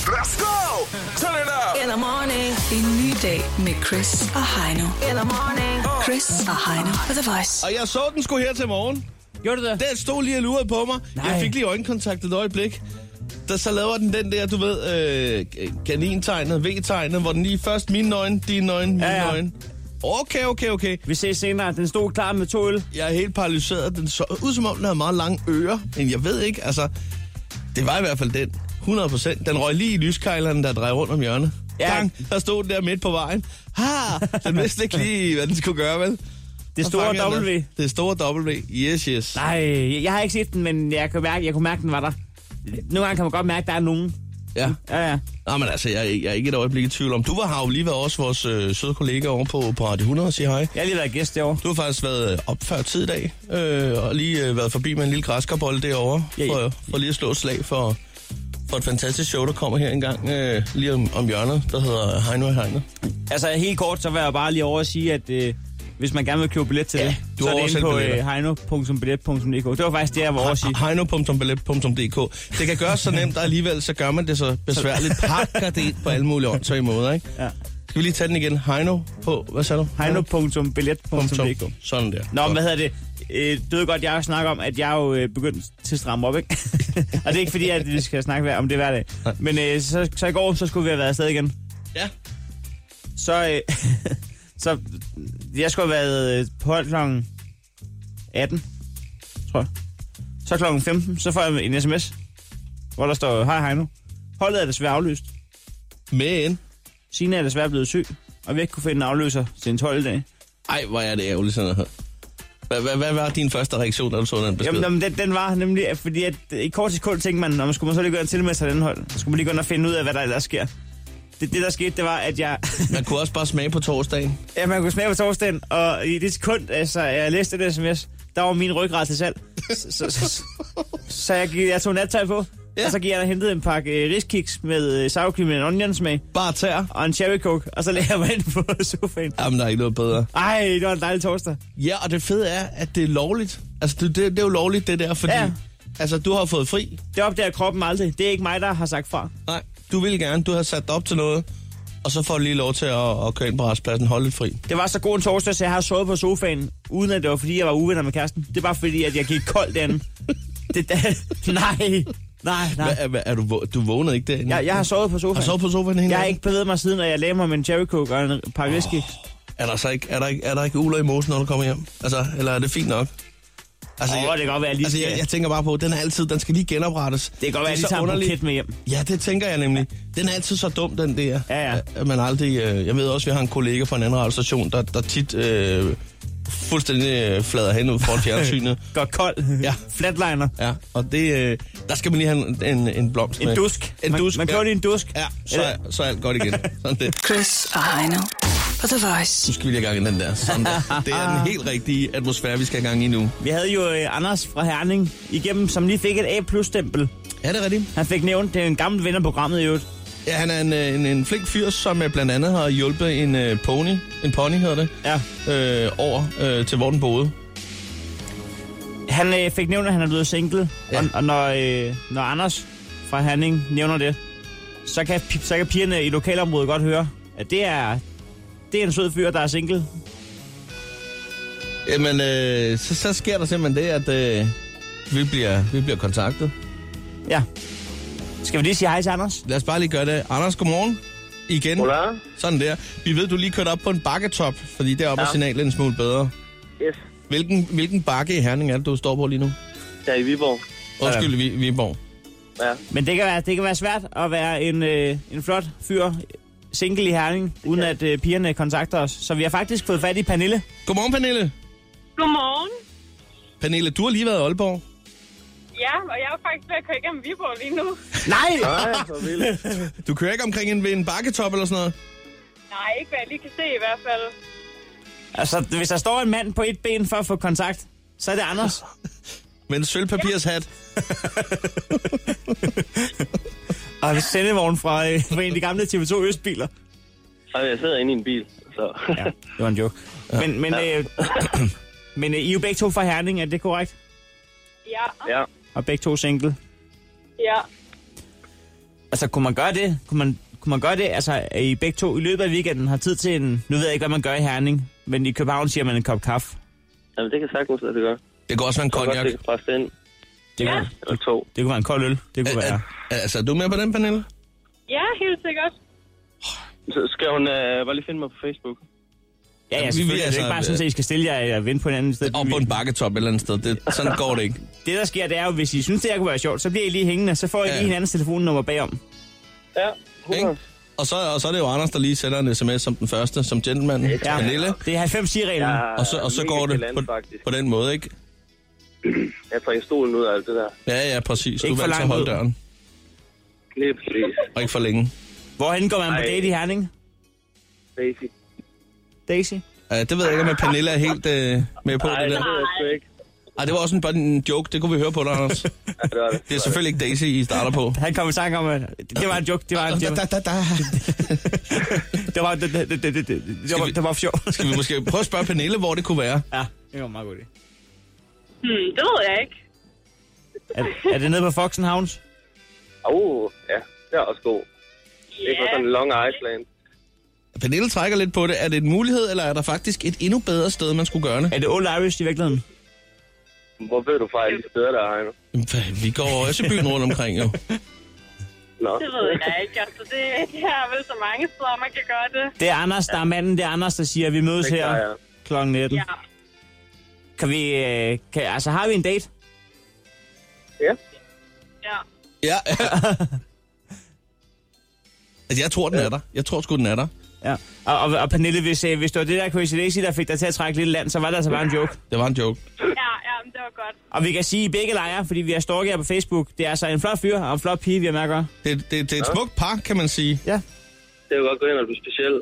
Let's go! Turn it up! In the morning. En ny dag med Chris og Heino. In the morning. Chris og Heino på The Voice. Og jeg så den sgu her til morgen. Gjorde du det? Den stod lige og lurede på mig. Nej. Jeg fik lige øjenkontakt et øjeblik. Så laver den der, du ved, kanintegnet, V-tegnet, hvor den lige først mine øjne, dine øjne, mine øjne. Okay. Vi ses senere. Den stod klar med 2 øl. Jeg er helt paralyseret. Den så ud som om, den havde meget lange ører. Men jeg ved ikke, altså... Det var i hvert fald den. 100%. Den røg lige i lyskejlerne, der drev rundt om hjørnet. Ja. Bang, der stod den der midt på vejen. Den vidste ikke lige, hvad den skulle gøre, vel? Det store W. Det store W. Yes. Nej, jeg har ikke set den, men jeg kunne mærke, den var der. Nogle gange kan man godt mærke, at der er nogen. Ja. Nå, men altså, jeg er ikke et øjeblik i tvivl om. Du har jo lige været også vores søde kollega over på Radio 100 og sige hej. Jeg har lige været gæst derovre. Du har faktisk været op før tid i dag, og lige været forbi med en lille græskarbold derovre, for lige at slå et slag for et fantastisk show, der kommer her engang lige om hjørnet, der hedder Heino og Heino. Altså helt kort, så vil jeg bare lige over at sige, at hvis man gerne vil købe billet til det, så er det inde på heino.billet.dk. Det var faktisk det, jeg var over at sige. Heino.billet.dk. Det kan gøres så nemt, og alligevel så gør man det så besværligt. Pakker det på alle mulige åndssvage måder, ikke? Ja. Skal vi lige tage den igen? Heino på, hvad sagde du? Heino.billet.dk. Sådan der. Nå, men hvad hedder det? Du ved godt, jeg har snakket om, at jeg er jo begyndt til at stramme op, ikke? Og det er ikke fordi, at vi skal snakke om det hver dag. Men så i går, så skulle vi have været afsted igen. Ja. Så jeg skulle have været på hold kl. 18, tror jeg. Så kl. 15, så får jeg en sms, hvor der står, hej Heino. Holdet er desværre aflyst. Men? Signe er desværre blevet syg, og vi ikke kunne finde en afløser til en 12 dag. Ej, hvor er det ærgerligt sådan noget. Hvad var din første reaktion, da du så den besked? Jamen, den var nemlig, fordi at i kort sekund tænkte man, når man skulle så lige gå ind til med sig den hold, så skulle man lige gå ind og finde ud af, hvad der sker. Det der skete, det var, at jeg... Man kunne også bare smage på torsdagen. Ja, man kunne smage på torsdagen, og i det sekund, altså, jeg læste det sms, der var min ryggrad til salg. Så jeg tog nattøj på, og så gik jeg og hentede en pakke riskiks med sour cream and onion smag. Bare tær. Og en cherry coke, og så lagde jeg mig ind på sofaen. Jamen, der er ikke noget bedre. Ej, det var en dejlig torsdag. Ja, og det fede er, at det er lovligt. Altså, det er jo lovligt, det der, fordi... Ja. Altså, du har fået fri. Det opdager kroppen aldrig. Det er ikke mig, der har sagt fra. Nej, du vil gerne. Du har sat dig op til noget, og så får du lige lov til at køre ind på restpladsen. Holde lidt fri. Det var så god en torsdag, så jeg har sovet på sofaen, uden at det var, fordi jeg var uvenner med kæresten. Det er bare fordi, at jeg gik koldt derinde. Nej. Du vågnede ikke derinde? Jeg har sovet på sofaen. Har sovet på sofaen hele Jeg har ikke bevæget mig siden, at jeg lagde mig med en cherry coke og en pakke whisky. Er der ikke uler i mosen, når du kommer hjem? Altså, eller er det fint nok? Altså, det kan godt være, jeg tænker bare på, at den skal lige genoprettes. Det kan godt være, at jeg lige tager en buket med hjem. Ja, det tænker jeg nemlig. Den er altid så dum, den der. Ja. Man aldrig... jeg ved også, at vi har en kollega fra en anden radiostation, der tit fuldstændig flader hen ud foran fjernsynet. Går kold. Ja. Flatliner. Ja, og det... der skal man lige have en blomst med. En dusk. Man kører lige en dusk. Ja, så er alt godt igen. Sådan det. Chris og Heino på The Voice. Nu skal vi lige have gang i den der. Sådan der. Det er den helt rigtige atmosfære, vi skal have gang i nu. Vi havde jo Anders fra Herning igennem, som lige fik et A+-stempel. Ja, det er rigtigt. Han fik nævnt, det er en gammel ven af programmet i øvrigt. Ja, han er en flink fyr, som blandt andet har hjulpet en pony hedder det, over til hvor den boede. Han fik nævnt, at han er blevet single, og når Anders fra Herning nævner det, så kan pigerne i lokalområdet godt høre, at det er en sød fyr, der er single. Jamen, så sker der simpelthen det, at vi bliver kontaktet. Ja. Skal vi lige sige hej til Anders? Lad os bare lige gøre det. Anders, godmorgen. Igen. Hola. Sådan der. Vi ved, du lige kørte op på en bakketop, fordi deroppe er signalet en smule bedre. Yes. Hvilken bakke i Herning er det, du står på lige nu? Der i Viborg. Undskyld, Viborg. Ja. Men det kan være svært at være en flot fyr, single i Herning, uden at pigerne kontakter os. Så vi har faktisk fået fat i Pernille. Godmorgen, Pernille. Godmorgen. Pernille, du har lige været i Aalborg. Ja, og jeg er faktisk ved at køre igennem Viborg lige nu. Nej! Nej, så vildt. Du kører ikke omkring ved en bakketop eller sådan noget? Nej, ikke hvad jeg lige kan se i hvert fald. Altså, hvis der står en mand på et ben for at få kontakt, så er det Anders. Med en sølvpapirshat. Og en sendevogn fra en af de gamle TV2 Østbiler. Og jeg sidder inde i en bil, så... Ja, det var en joke. Men I er jo begge to fra Herning, er det korrekt? Ja. Ja. Og begge to single? Ja. Altså, kunne man gøre det? Kunne man gøre det, altså, at I begge to i løbet af weekenden har tid til en... Nu ved jeg ikke, hvad man gør i Herning, men i København siger man en kop kaffe. Jamen, det kan sagtens lade sig gøre. Det kan også være en cognac. Det kan presse ind. Eller 2. Det kunne være en kold øl. Det kunne være... Altså, er du med på den, Pernille? Ja, helt sikkert. Så skal hun bare lige finde mig på Facebook. Ja, selvfølgelig. Det er ikke bare sådan, at I skal stille jer og vinde på en anden sted. Og på en bakketop et eller andet sted. Sådan går det ikke. Det, der sker, det er jo, hvis I synes, det her kunne være sjovt, så bliver I lige hængende, så får I lige hinandens telefonnummer bagom. Ja, 100. Og så er det jo Anders, der lige sender en sms som den første, som gentleman. Ja, Pernille. det er 90-10-reglen. Ja, Og så går det på den måde, ikke? Jeg trænger stolen ud af alt det der. Ja, præcis. Ikke Du for vil altså holde døren. Lige præcis. Og ikke for længe. Hvorhen går man på date i Herning? Daisy? Det ved jeg ikke, om Pernille er helt med på det der. Nej, det ved jeg sgu ikke. Ej, det var også bare en joke. Det kunne vi høre på dig, Anders. Ja, det var det. Det er selvfølgelig ikke Daisy, I starter på. Han kom i sang om, at det var en joke. Det var for sjov. Skal vi måske prøve at spørge Pernille, hvor det kunne være? Ja, det var meget godt. Det ved jeg ikke. Er det nede på Foxenhavns? Ja, det er også god. Det er på sådan en Long Island. Pernille trækker lidt på det. Er det en mulighed, eller er der faktisk et endnu bedre sted, man skulle gøre det? Er det Old Irish i virkeligheden? Hvor ved du fra alle de steder, der er Heino? Vi går også i byen rundt omkring, jo. Nå. Det ved jeg ikke. Altså, det er vel så mange steder, man kan gøre det. Det er Anders, der er manden. Det er Anders, der siger, at vi mødes her kl. 19. Ja. Kan vi... altså, har vi en date? Ja. Ja. Ja. Altså, jeg tror, den er der. Jeg tror sgu, den er der. Ja. Og Pernille, hvis det var det der Crazy Daisy, der fik dig til at trække lidt land, så var det altså bare en joke. Det var en joke. Ja, men det var godt. Og vi kan sige i begge lejre, fordi vi har stalket jer på Facebook. Det er altså en flot fyr og en flot pige, vi har med at gøre. Det er et smukt par, kan man sige. Ja. Det er jo godt gå ind og blive speciel.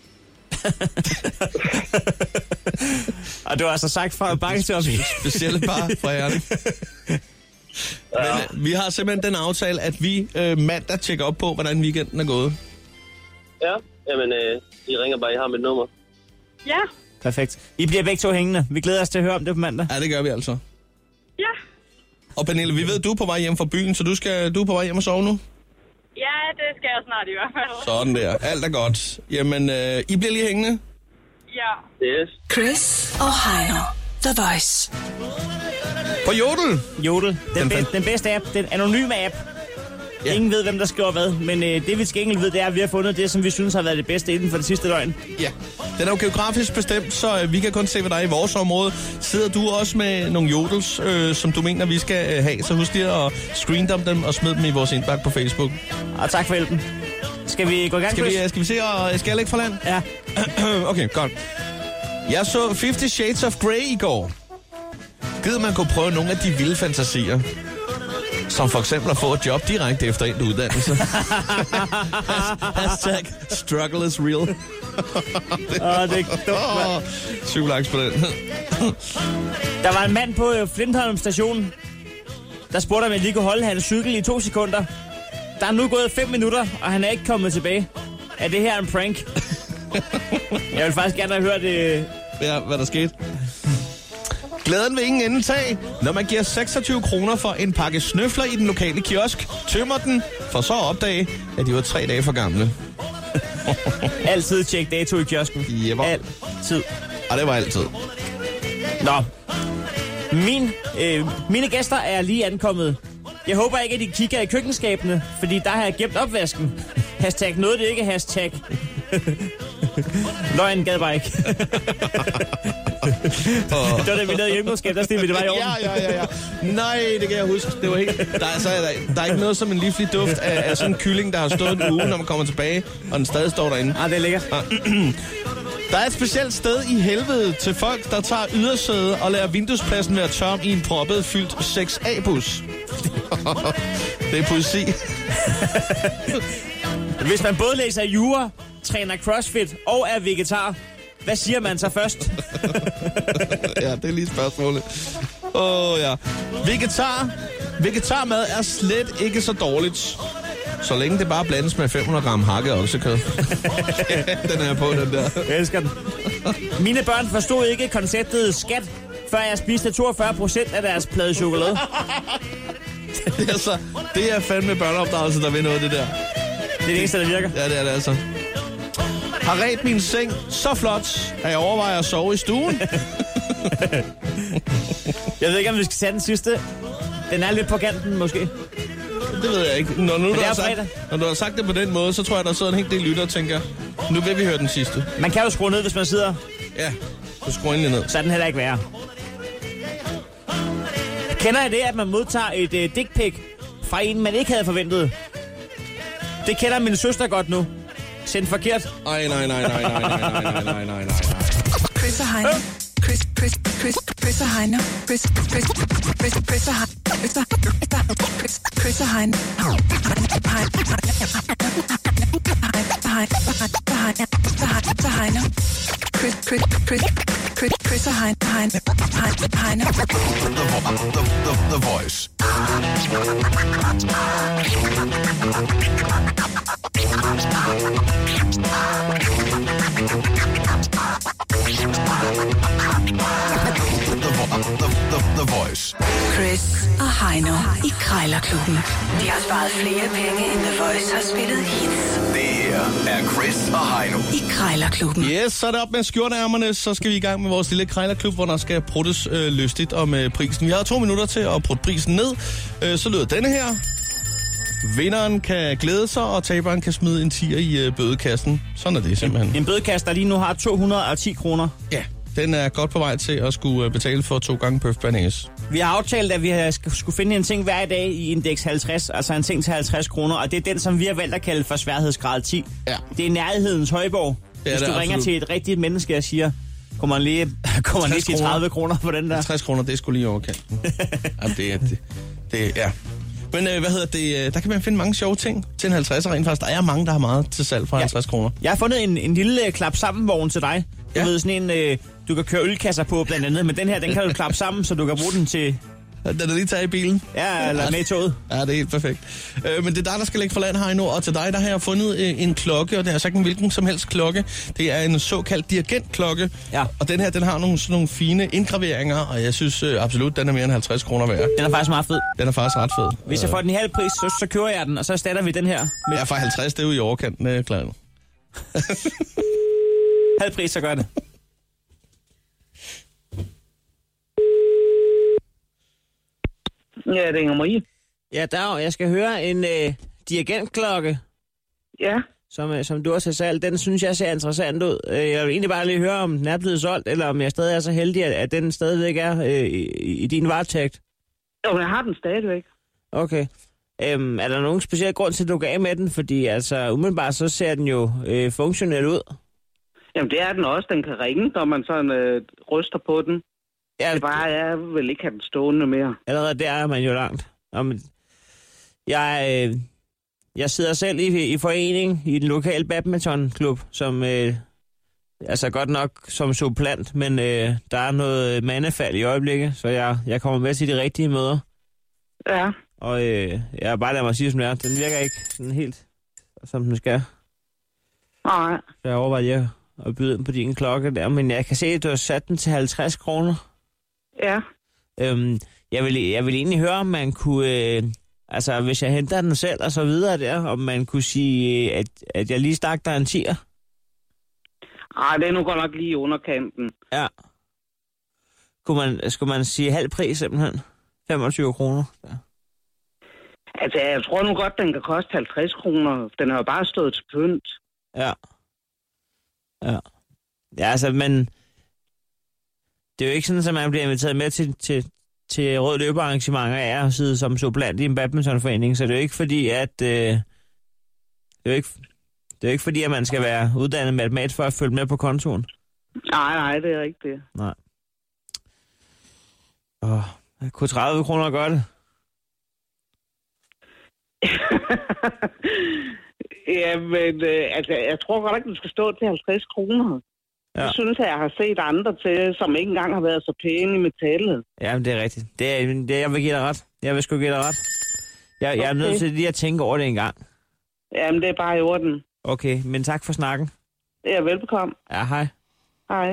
Og det var altså sagt fra bakketop. Specielle par fra Herning. Men vi har simpelthen den aftale, at vi mandag tjekker op på, hvordan weekenden er gået. Ja, jamen, I ringer bare, I har mit nummer. Ja. Perfekt. I bliver begge to hængende. Vi glæder os til at høre om det på mandag. Ja, det gør vi altså. Ja. Og Pernille, vi ved, du er på vej hjem fra byen, så du er på vej hjem og sove nu? Ja, det skal jeg snart i hvert fald. Sådan der. Alt er godt. Jamen, I bliver lige hængende? Ja. Yes. Chris og Heino. The Voice. På Jodel. Jodel. Den bedste app. Den anonyme app. Ja. Ingen ved, hvem der skriver hvad, men det vi til gengæld ved, det er, at vi har fundet det, som vi synes har været det bedste inden for det sidste døgn. Ja, den er jo geografisk bestemt, så vi kan kun se, hvad der er i vores område. Sidder du også med nogle jodels, som du mener, vi skal have, så husk lige at screendump dem og smid dem i vores indbakke på Facebook. Og tak for hjælpen. Skal vi gå i gang, Skal vi se, og skal jeg lægge for land? Ja. Okay, godt. Jeg så 50 Shades of Grey i går. Gid man kunne prøve nogle af de vilde fantasier. Som for eksempel at få et job direkte efter en uddannelse. Hashtag struggle is real. Det er dumt, 7 likes på den. Der var en mand på Flintholm station, der spurgte, om jeg lige kunne holde hans cykel i 2 sekunder. Der er nu gået 5 minutter, og han er ikke kommet tilbage. Er det her en prank? Jeg vil faktisk gerne have hørt det. Ja, hvad der skete. Glæden vil ingen ende tage, når man giver 26 kroner for en pakke snøfler i den lokale kiosk, tømmer den, for så at opdage, at de var 3 dage for gamle. Altid tjek dato i kiosken. Jepper. Altid. Og det var altid. Nå. Mine gæster er lige ankommet. Jeg håber ikke, at de kigger i køkkenskabene, fordi der har jeg gemt opvasken. Hashtag noget, det ikke er hashtag. Løgn gad bare ikke. Det var da vi lavede hjemmeudskab, der stillede vi det bare i orden. Ja. Nej, det kan jeg huske. Det var helt... Der er ikke noget som en livlig duft af sådan en kylling, der har stået en uge, når man kommer tilbage, og den stadig står derinde. Ah, det er lækkert. Der er et specielt sted i helvede til folk, der tager ydersæde og lader vinduespladsen være tom i en proppet fyldt 6A-bus. Det er poesi. Hvis man både læser jura, træner crossfit og er vegetar, hvad siger man så først? Ja, det er lige spørgsmålet. Ja. Vegetarmad er slet ikke så dårligt, så længe det bare blandes med 500 gram hakket oksekød. Den er på, den der. Jeg elsker den. Mine børn forstod ikke konceptet skat, før jeg spiste 42% af deres plade chokolade. Det er fandme børneopdragelse, der vil noget, det der. Det er det eneste, der virker. Ja, det er det altså. Har ret min seng så flot, at jeg overvejer at sove i stuen. Jeg ved ikke, om vi skal tage den sidste. Den er lidt på kanten, måske. Det ved jeg ikke. Når du har sagt det på den måde, så tror jeg, der sidder en hel del lytter og tænker, nu vil vi høre den sidste. Man kan jo skrue ned, hvis man sidder. Ja, du skruer endelig ned. Så er den heller ikke værre. Kender I det, at man modtager et dick pic fra en, man ikke havde forventet? Det kender min søster godt nu. Sendt forkert. Nej. Chris og Heino. Chris og Heino. Chris og Heino. Chris og Heino. The Voice. The Voice. Chris og Heino i Krejlerklubben. De har sparet flere penge, end The Voice har spillet hits Det her er Chris og Heino. i Krejlerklubben. Yes, så er det op med skjorteærmerne, så skal vi i gang med vores lille krejlerklub, hvor der skal pruttes lystigt om prisen. Vi har 2 minutter til at prutte prisen ned. Så lyder denne her. Vinderen kan glæde sig, og taberen kan smide en 10'er i bødekassen. Sådan er det simpelthen. En bødekasse, der lige nu har 210 kroner. Ja, den er godt på vej til at skulle betale for 2 gange Puff Banæs. Vi har aftalt, at vi skulle finde en ting hver dag i indeks 50, altså en ting til 50 kroner, og det er den, som vi har valgt at kalde for sværhedsgrad 10. Ja. Det er nærhedens højborg. Hvis du ringer til et rigtigt menneske og siger, kommer lige til 30 kroner på den der. 60 kroner, det er sgu lige overkanten. Ja. Men der kan man finde mange sjove ting til en 50'er rent faktisk. Der er mange, der har meget til salg for 50 kroner. Jeg har fundet en lille klap sammen-vogn til dig. Du ved, sådan en, du kan køre ølkasser på blandt andet, men den her, den kan du klappe sammen, så du kan bruge den til... Den er lige taget i bilen. Ja, eller med i toget. Ja, det er helt perfekt. Men det er dig, der skal lægge for land, Heino, og til dig, der har jeg fundet en klokke, og det er altså ikke en hvilken som helst klokke. Det er en såkaldt dirigentklokke, ja. Og den her, den har sådan nogle fine indgraveringer, og jeg synes absolut, den er mere end 50 kroner værd. Den er faktisk meget fed. Den er faktisk ret fed. Hvis jeg får den i halv pris, så kører jeg den, og så erstatter vi den her. Ja, for 50, det er jo i overkanten, klar. Halv pris, så gør det. Ja, det ringer Marie. Ja, Dag, jeg skal høre en dirigentklokke. Ja. Som du også har salgt. Den synes jeg ser interessant ud. Jeg vil egentlig bare lige høre, om den er blevet solgt, eller om jeg stadig er så heldig, at den stadigvæk er i din varetægt. Jo, jeg har den stadigvæk. Okay. Er der nogen speciel grund til, at du går af med den? Fordi altså, umiddelbart så ser den jo funktionel ud. Jamen, det er den også. Den kan ringe, når man sådan ryster på den. Ja, det bare, jeg vil ikke have den stående mere. Allerede der er man jo langt. Jeg sidder selv i forening i den lokale badmintonklub, som altså godt nok som supplant, men der er noget mandefald i øjeblikket, så jeg kommer med til de rigtige møder. Ja. Og jeg bare lader mig sige, som det er. Den virker ikke sådan helt, som den skal. Nej. Så jeg overvejer at byde ind på din klokke der, men jeg kan se, at du har sat den til 50 kroner. Ja. Jeg vil egentlig høre, om man kunne... altså, hvis jeg henter den selv og så videre der, om man kunne sige, at jeg lige stak dig en 10'er. Ej, det er nu godt nok lige underkanten. Ja. Skulle man sige halv pris simpelthen? 25 kroner? Ja. Altså, jeg tror nu godt, den kan koste 50 kroner. Den har jo bare stået til pynt. Ja. Ja. Ja, altså, men... Det er jo ikke sådan, at man bliver inviteret med til rød løbearrangementer af at sidde som supplant i en badmintonforening, så det er jo ikke fordi, at det er jo ikke fordi, at man skal være uddannet matematik for at følge med på kontoen. Nej, det er ikke det. Nej. Kunne 30 kroner gøre det? Jamen, altså, jeg tror godt ikke, du skal stå til 50 kroner. Ja. Jeg synes, at jeg har set andre til, som ikke engang har været så pæne i metallet. Ja, det er rigtigt. Jeg vil give dig ret. Jeg vil sgu give dig ret. Jeg er nødt til lige at tænke over det en gang. Jamen, det er bare i orden. Okay, men tak for snakken. Ja, velbekomme. Ja, hej. Hej.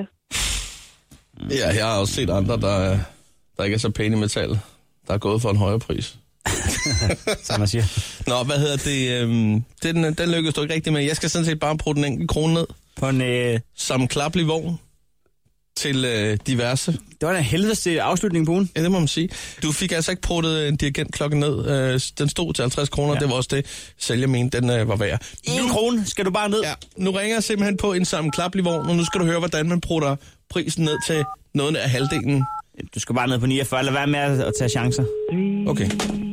Ja, jeg har også set andre, der ikke er så pæne i metal, der er gået for en højere pris. som man siger. Nå, hvad hedder det? Den lykkedes du ikke rigtig med. Jeg skal sådan set bare bruge den enkelt krone ned. På en... sammenklappelig vogn til diverse. Det var en helvedes afslutning på ugen. Ja, det må man sige. Du fik altså ikke pruttet en dirigentklokke ned. Den stod til 50 kroner. Ja. Det var også det, sælger mente, den var værd. 1 krone skal du bare ned. Ja, nu ringer jeg simpelthen på en sammenklappelig vogn, og nu skal du høre, hvordan man prutter prisen ned til noget af halvdelen. Du skal bare ned på 49, lad være med at tage chancer. Okay.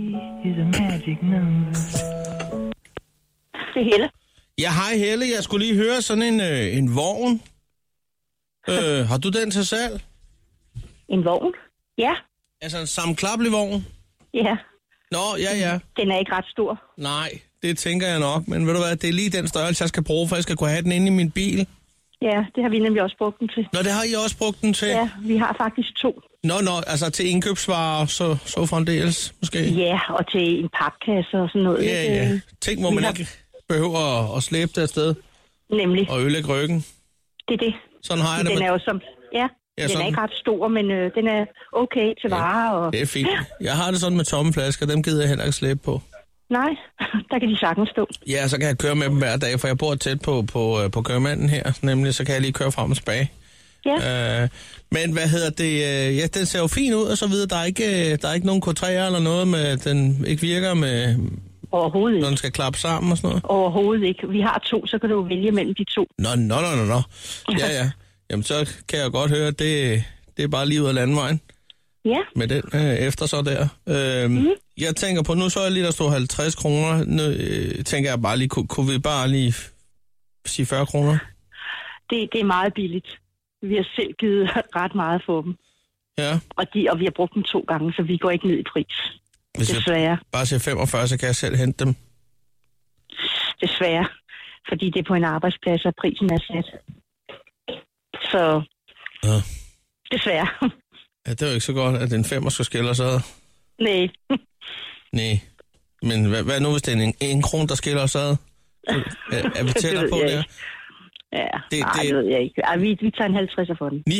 Det er Helle. Ja, hej Helle. Jeg skulle lige høre sådan en vogn. Har du den til salg? En vogn? Ja. Altså en sammenklappelig vogn? Ja. Nå, ja. Den er ikke ret stor. Nej, det tænker jeg nok. Men ved du hvad, det er lige den størrelse, jeg skal bruge, for jeg skal kunne have den inde i min bil. Ja, det har vi nemlig også brugt den til. Nå, det har I også brugt den til? Ja, vi har faktisk 2. Nå, altså til indkøbsvarer, så fremdeles, måske? Ja, og til en papkasse og sådan noget. Ja. Ting, hvor man ikke behøver at slæbe det afsted. Nemlig. Og ødelægge ryggen. Det er det. Sådan har jeg det. Den er jo som... Ja, den sådan. er ikke ret stor, men den er okay til varer. Og... Det er fint. Jeg har det sådan med tomme flasker, dem gider jeg heller ikke slæbe på. Nej, der kan de sagtens stå. Ja, så kan jeg køre med dem hver dag, for jeg bor tæt på køremanden her, nemlig, så kan jeg lige køre frem og tilbage. Ja. Men hvad hedder det? Ja, den ser jo fin ud og så videre. Der er ikke nogen K3'er eller noget med, den ikke virker med... Overhovedet ikke. Når den skal klappe sammen og sådan noget? Overhovedet ikke. Vi har 2, så kan du vælge mellem de 2. Nå. Ja. Jamen, så kan jeg godt høre, at det er bare lige ud af landevejen. Ja. Med den efter så der. Jeg tænker på, nu så jeg lige, der stod 50 kroner. Nu tænker jeg bare lige, kunne vi bare lige sige 40 kroner? Det er meget billigt. Vi har selv givet ret meget for dem. Ja. Og vi har brugt dem 2 gange, så vi går ikke ned i pris. Hvis desværre. jeg bare siger 45, så kan jeg selv hente dem. Desværre. Fordi det er på en arbejdsplads, og prisen er sat. Så desværre. Ja, det er jo ikke så godt, at en 5'er skal skille os ad. Nej. Nej. Men hvad nu, hvis det er en krone, der skiller os ad? Er vi tættere på det? Ja, det ved jeg ikke. Ej, vi tager en 50'er for den.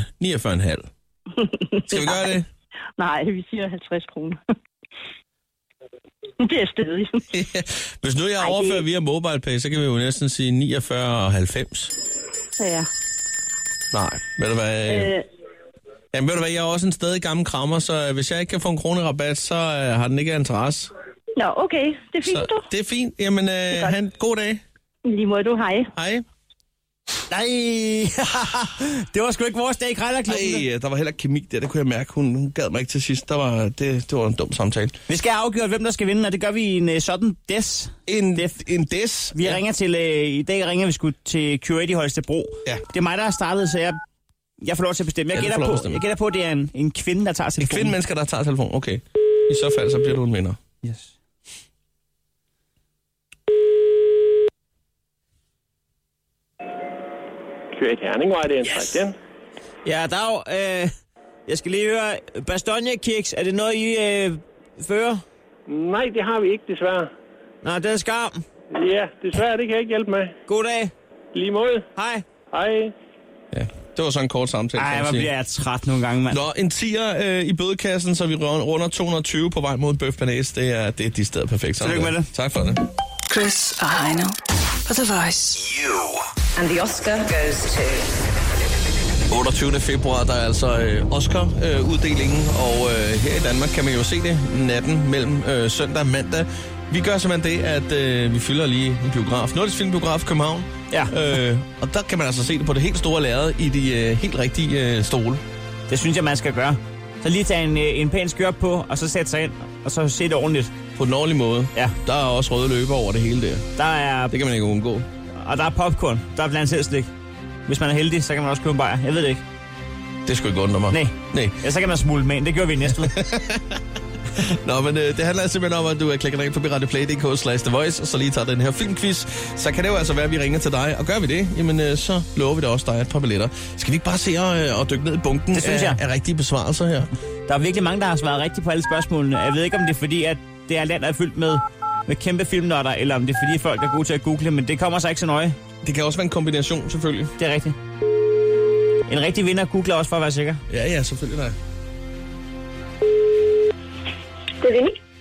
49,5. Skal vi gøre det? Nej, vi siger 50 kroner. Det er stedigt. Hvis nu jeg overfører via MobilePay, så kan vi jo næsten sige 49,90. Ja. Nej, ved du hvad? Jamen ved du hvad, jeg er også en stadig gammel krammer, så hvis jeg ikke kan få en krone rabat, så har den ikke interesse. Nå, okay. Det er fint, du. Det er fint. Jamen, have en god dag. Lige måde du. Hej. Hej. Nej, det var sgu ikke vores dag i Krejlerklubben. Nej, der var heller ikke kemi der, det kunne jeg mærke. Hun gad mig ikke til sidst. Det var en dum samtale. Vi skal have afgjort, hvem der skal vinde, og det gør vi i en sådan des. En des? Vi ringer til, i dag ringer vi sgu til Curate i Holstebro. Ja. Det er mig, der har startet, så jeg får lov til at bestemme. Jeg gætter på, at det er en kvinde, der tager telefonen. En kvindemenneske, der tager telefonen, okay. I så fald, så bliver du en vinder. Yes. Curate Herning, hvor er det en træk? Ja, Dag. Jeg skal lige høre, Bastogne-kiks, er det noget, I fører? Nej, det har vi ikke, desværre. Nå, det er skam. Ja, desværre, det kan jeg ikke hjælpe med. God dag. Lige måde. Hej. Hej. Ja, det var sådan en kort samtale. Ej, hvor bliver jeg træt nogle gange, mand. Nå, en 10'er i bødekassen, så vi runder 220 på vej mod en bøf banæs. Det er de steder perfekt. Tillykke med det. Tak for det. Chris og Heino på The Voice. And the Oscar goes to... 28. februar, der er altså Oscar-uddelingen, og her i Danmark kan man jo se det natten mellem søndag og mandag. Vi gør simpelthen det, at vi fylder lige en biograf. Nordisk Filmbiograf København. Ja. Og der kan man altså se det på det helt store lærred i de helt rigtige stole. Det synes jeg, man skal gøre. Så lige tage en pæn skjort på, og så sætte sig ind, og så se det ordentligt. På den ordentlige måde. Ja. Der er også røde løber over det hele der. Det kan man ikke undgå. Og der er popcorn. Der er blandt selv slik. Hvis man er heldig, så kan man også købe en bajer. Jeg ved det ikke. Det skulle ikke undre mig. Nej. Ja, så kan man smule med ind. Det gør vi næste uge. Nå, men det handler simpelthen om, at du klikker ind på radioplay.dk/The Voice, og så lige tager den her filmquiz. Så kan det jo altså være, at vi ringer til dig. Og gør vi det, jamen så lover vi da også dig et par billetter. Skal vi ikke bare se og dykke ned i bunken af rigtige besvarelser her? Der er virkelig mange, der har svaret rigtigt på alle spørgsmålene. Jeg ved ikke, om det er fordi, at det er land, der er fyldt med kæmpe filmnørder, eller om det er fordi, folk er gode til at google, men det kommer så ikke så nøje. Det kan også være en kombination, selvfølgelig. Det er rigtigt. En rigtig vinder googler også for at være sikker. Ja, selvfølgelig da. Det er Vinnie.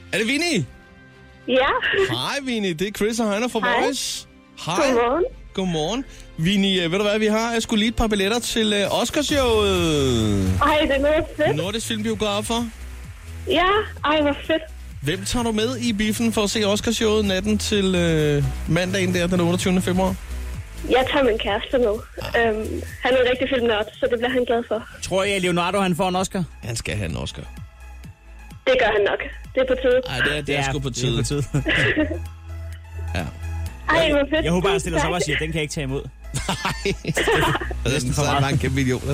Er det Vinnie? Ja. Hej, Vinnie. Det er Chris og Heino fra Voice. Hej. Godmorgen. Godmorgen. Vinnie, ved du hvad vi har? Jeg skulle lige et par billetter til Oscarshowet. Ej, det er noget fedt. Nordisk Filmbiografer. Ja, ej, hvor fedt. Hvem tager du med i biffen for at se Oscarshowet natten til mandagen der, den 28. februar? Jeg tager min kæreste med. Han er en rigtig filmnørd, så det bliver han glad for. Tror jeg, Leonardo han får en Oscar? Han skal have en Oscar. Det gør han nok. Det er på tide. Ej, det er sgu på tide. Det er på tide. Ej, hvor fedt. Jeg håber, han stiller sig op og siger, at den kan jeg ikke tage imod. Nej, det er så mange kæmpe idioter.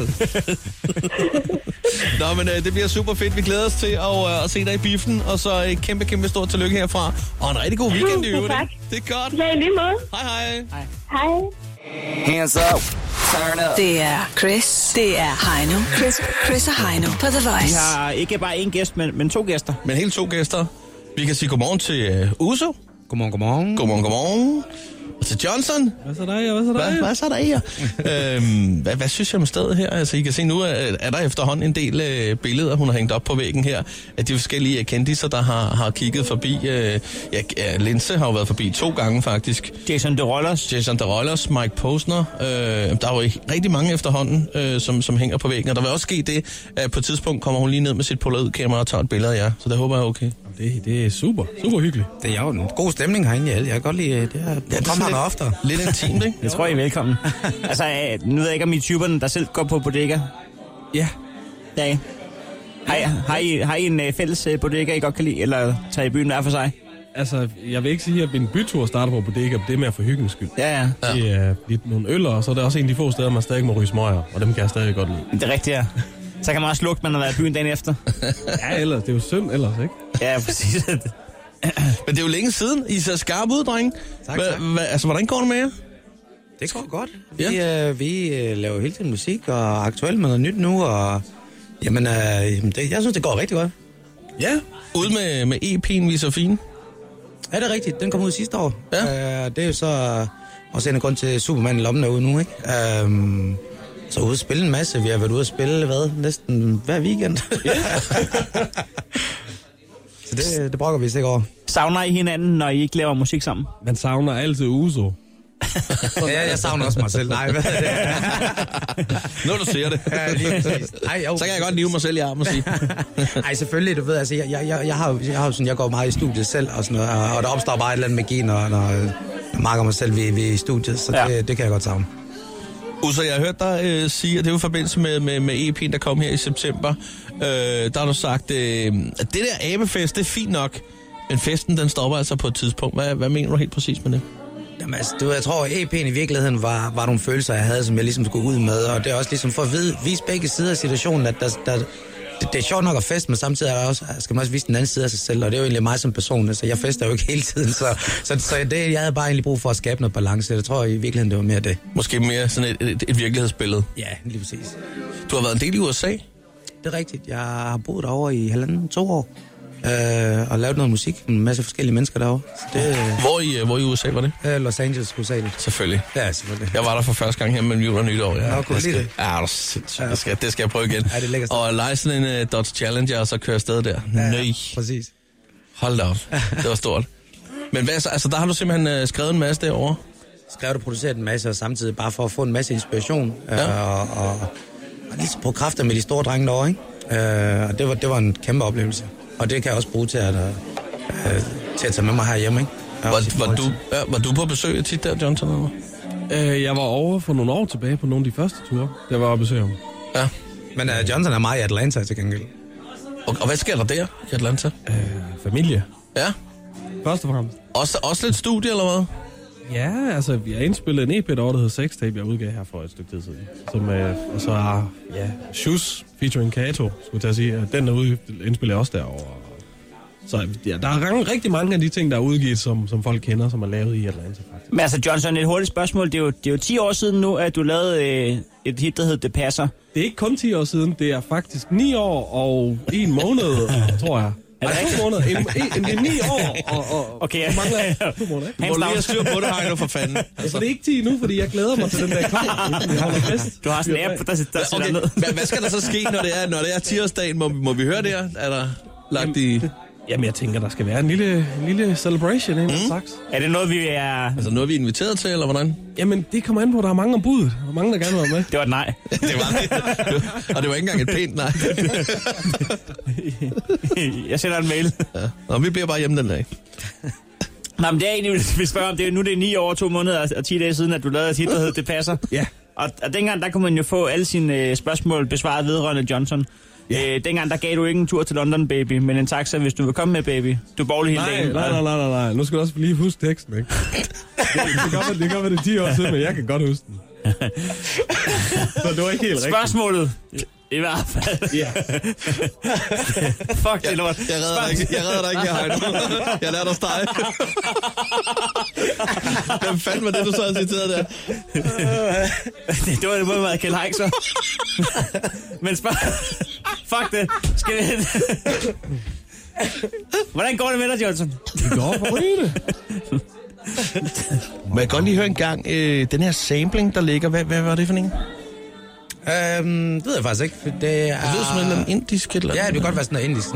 Nå, men det bliver super fedt. Vi glæder os til at se dig i biffen, og så et kæmpe stort tillykke herfra. Og en rigtig god weekend i øvrigt. Tak. Det er godt. Ja, i lige måde. Hej. Hej. Hands up. Turn up. Det er Chris. Det er Heino. Chris og Heino på The Vi Voice. har ikke bare én gæst, men 2 gæster. Men helt 2 gæster. Vi kan sige godmorgen til Uso. Godmorgen. Godmorgen. Og til Johnson. Hvad så der? Hvad så der her? Hvad synes jeg om stedet her? Altså, I kan se nu, er der efterhånden en del billeder, hun har hængt op på væggen her, af de forskellige kendiser, der har kigget forbi. Linse har jo været forbi 2 gange, faktisk. Jason Derulo, Mike Posner. Der er jo rigtig mange efterhånden, som hænger på væggen. Og der vil også ske det, at på et tidspunkt kommer hun lige ned med sit polaroid-kamera og tager et billede af jer. Så det håber jeg er okay. Det er super hyggeligt. Det er jo en god stemning herinde, jeg kan godt lide det her. Ja, kommer her oftere. Lidt intimt, ikke? Jeg tror, I er velkommen. Altså, nu ved jeg ikke, om I typerne, der selv går på bodega. Ja. Ja. Har I en fælles bodega, I godt kan lide, eller tager I byen hver for sig? Altså, jeg vil ikke sige, at min bytur starter på bodega, det er mere for hyggens skyld. Ja. Det er lidt nogle øller, og så er der også en af de få steder, man stadig må ryge smøger, og dem kan jeg stadig godt lide. Det er rigtigt, ja. Så kan man også lugte, man har været i byen dagen efter. Ja, ellers. Det er jo synd ellers, ikke? Ja, præcis. Men det er jo længe siden. I ser skarp ud, drenge. Tak. Altså, hvordan går det med jer? Det går godt. Vi laver hele tiden musik og er aktuelt med noget nyt nu, og jamen, jeg synes, det går rigtig godt. Ja. Ude med EP'en, vi er så fine. Ja, det er rigtigt. Den kom ud sidste år. Ja. Det er jo så også en grund til Superman i lommen derude nu, ikke? Så ude at spille en masse. Vi har været ude at spille, næsten hver weekend. Ja. Så det brokker vi ikke over. Savner I hinanden, når I ikke laver musik sammen? Man savner altid Uso. Ja, jeg savner også mig selv. Nej, hvad er det? Nu du siger det. Ja, lige præcis. Så kan jeg godt nive mig selv i armen og sige. Ej, selvfølgelig, du ved, altså, jeg har sådan, jeg går meget i studiet selv, og sådan noget, og der opstår bare et eller andet magi, når jeg marker mig selv ved i studiet, så det kan jeg godt savne. Uso, jeg har hørt dig sige, at det er jo i forbindelse med EP'en, der kom her i september, der har du sagt, at det der abefest, det er fint nok, men festen, den stopper altså på et tidspunkt. Hvad mener du helt præcis med det? Jamen altså, jeg tror, at EP'en i virkeligheden var nogle følelser, jeg havde, som jeg ligesom skulle ud med, og det er også ligesom for at vise begge sider af situationen, at det er sjovt nok at feste, men samtidig er der også, skal man også vise den anden side af sig selv, og det er jo egentlig mig som person, så jeg fester jo ikke hele tiden, så det, jeg havde bare egentlig brug for at skabe noget balance. Jeg tror i virkeligheden, det var mere det. Måske mere sådan et virkelighedsbillede. Ja, lige præcis. Du har været en del i USA? Det er rigtigt. Jeg har boet derovre i 1,5-2 år, og lavet noget musik med en masse forskellige mennesker derovre. Hvor i USA var det? Los Angeles, hovedsageligt. Selvfølgelig. Ja, selvfølgelig. Jeg var der for første gang her med jul og nytår. Ja, kunne lide det. Ja, det er sindssygt. Det skal jeg prøve igen. Ja, det er lækkert. Og lege sådan en Dodge Challenger, og så køre afsted der. Ja, Nøj. præcis. Hold da op. Det var stort. Men hvad så? Altså, der har du simpelthen skrevet en masse derovre? Skrevet og produceret en masse, og samtidig bare for at få en masse inspiration. Og lige på kræfter med de store drenge derovre, ikke? Og det var en kæmpe oplevelse. Og det kan jeg også bruge til at tage med mig herhjemme, ikke? Var du på besøg tit der, Johnson? Jeg var over for nogle år tilbage på nogle af de første ture, der var at besøge ham. Ja. Men Johnson er meget i Atlanta til gengæld. Og hvad sker der der i Atlanta? Familie. Ja. Først og fremmest. Også lidt studie, eller hvad? Ja, altså, vi har indspillet en EP derovre, der hedder Sextape, jeg udgav her for et stykke tid siden. Som, og så er Shoes featuring Kato, skulle jeg sige. Den er indspillet også derovre. Så ja, der er rigtig mange af de ting, der er udgivet, som folk kender, som er lavet i Atlanta, faktisk. Men altså, Johnson, et hurtigt spørgsmål. Det er jo 10 år siden nu, at du lavede et hit, der hed Det Passer. Det er ikke kun 10 år siden, det er faktisk 9 år og 1 måned, tror jeg. Er det 2 måneder? Det er 9 år, og okay, så mangler jeg 2 måneder, ikke? Du må lige have styr på det, Heino, for fanden. Altså, det er ikke 10 nu, fordi jeg glæder mig til den der kommer. Du har sådan en app, der sætter ned. Hvad skal der så ske, når det er 10-årsdagen? Må vi høre det her? Er der lagt i... Jamen, jeg tænker, der skal være en lille celebration, en slags. Er det noget, vi er... Altså noget, vi er inviteret til, eller hvordan? Jamen, det kommer an på, der er mange om budet. Der er mange, der gerne vil være med. Det var et nej. Det var det. Og det var ikke engang et pænt nej. Jeg sender en mail. Ja. Og vi bliver bare hjemme den dag. Nej, men det er egentlig, vi spørger om, nu er det 9 år, 2 måneder og 10 dage siden, at du lavede et hit, der hed Det Passer. Ja. Og dengang, der kunne man jo få alle sine spørgsmål besvaret vedrørende Johnson. Dengang, der gav du ikke en tur til London, baby, men en taxa, hvis du vil komme med, baby. Du borgerlig hele dagen. Nej. Nu skal du også lige huske teksten, ikke? Det kan være det 10 år siden, men jeg kan godt huske den. Så det var ikke helt rigtigt. Spørgsmålet, i hvert fald. Ja. Fuck det lort. Jeg redder dig ikke, jeg Heino. Jeg lader dig stege. Hvem fanden var det, du så havde citeret der? Det var det måde med Kjeld Haik, så. Men fuck det. Skal vi... Hvordan går det med dig, Johnson? Det går for rygende. Må jeg godt lige høre en gang, den her sampling, der ligger, hvad var det for en? Det ved jeg faktisk ikke. Det er... Det lyder som en indisk eller... Ja, det kan godt være sådan noget indisk.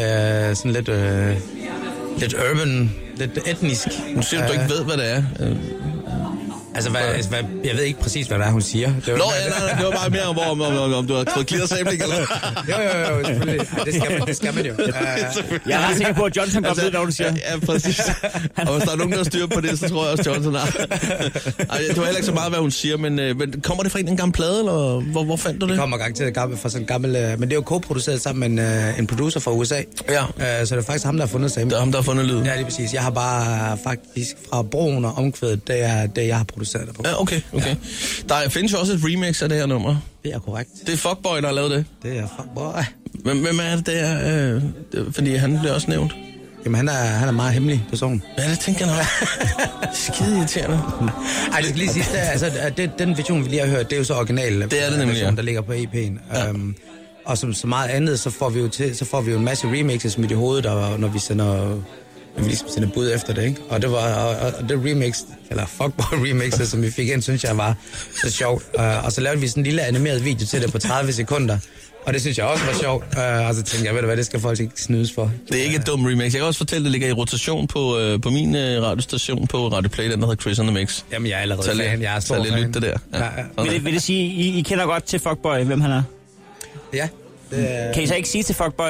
Lidt urban, lidt etnisk. Nu siger du ikke ved, hvad det er. Altså, jeg ved ikke præcis, hvad det er, hun siger. Det var bare mere om du har fået clear-samling, eller? Jo, selvfølgelig. Ja, det skal man jo. Jeg er ret sikker på, at Johnson godt ved, hvad du siger. Ja, præcis. Og hvis der er nogen, der styrer på det, så tror jeg også, Johnson har. Det var heller ikke så meget, hvad hun siger, men kommer det fra en gammel plade, eller hvor fandt du det? Det kommer garanteret fra sådan en gammel... Men det er jo co-produceret sammen med en producer fra USA. Ja. Så det er faktisk ham, der har fundet sammen. Det er ham, der har fundet lyden. Ja, det er præcis. Jeg har bare faktisk fra broen og omkvædet, det er det, jeg har produceret det på. Ja, okay. Ja. Der findes jo også et remix af det her nummer. Det er korrekt. Det er Fuckboy, der har lavet det. Det er Fuckboy. Hvem er det der? Fordi han bliver også nævnt. Jamen, han er en meget hemmelig person. Ja, det tænker jeg nok. Skide irriterende. Ej, det skal lige sige, den version, vi lige har hørt, det er jo så original. Det er det nemlig, version, der ligger på EP'en. Ja. Og som så meget andet, så får vi jo en masse remixes midt i hovedet, når vi ligesom sender bud efter det, ikke? Og det var og det remix, eller Fuckboy remixet, som vi fik ind, synes jeg var så sjovt. Og så lavede vi sådan en lille animeret video til det på 30 sekunder. Og det synes jeg også var sjovt. Og så tænkte jeg, ved du hvad, det skal folk ikke snydes for. Det er ikke et dumt remix. Jeg kan også fortælle, at det ligger i rotation på min radiostation på Radio Play, den der hedder Chris on the Mix. Jamen, jeg er allerede fan. Jeg er stor fan. Lyt det der. Ja. Vil det sige, I kender godt til Fuckboy, hvem han er? Ja. Kan I så ikke sige til Fuckboy,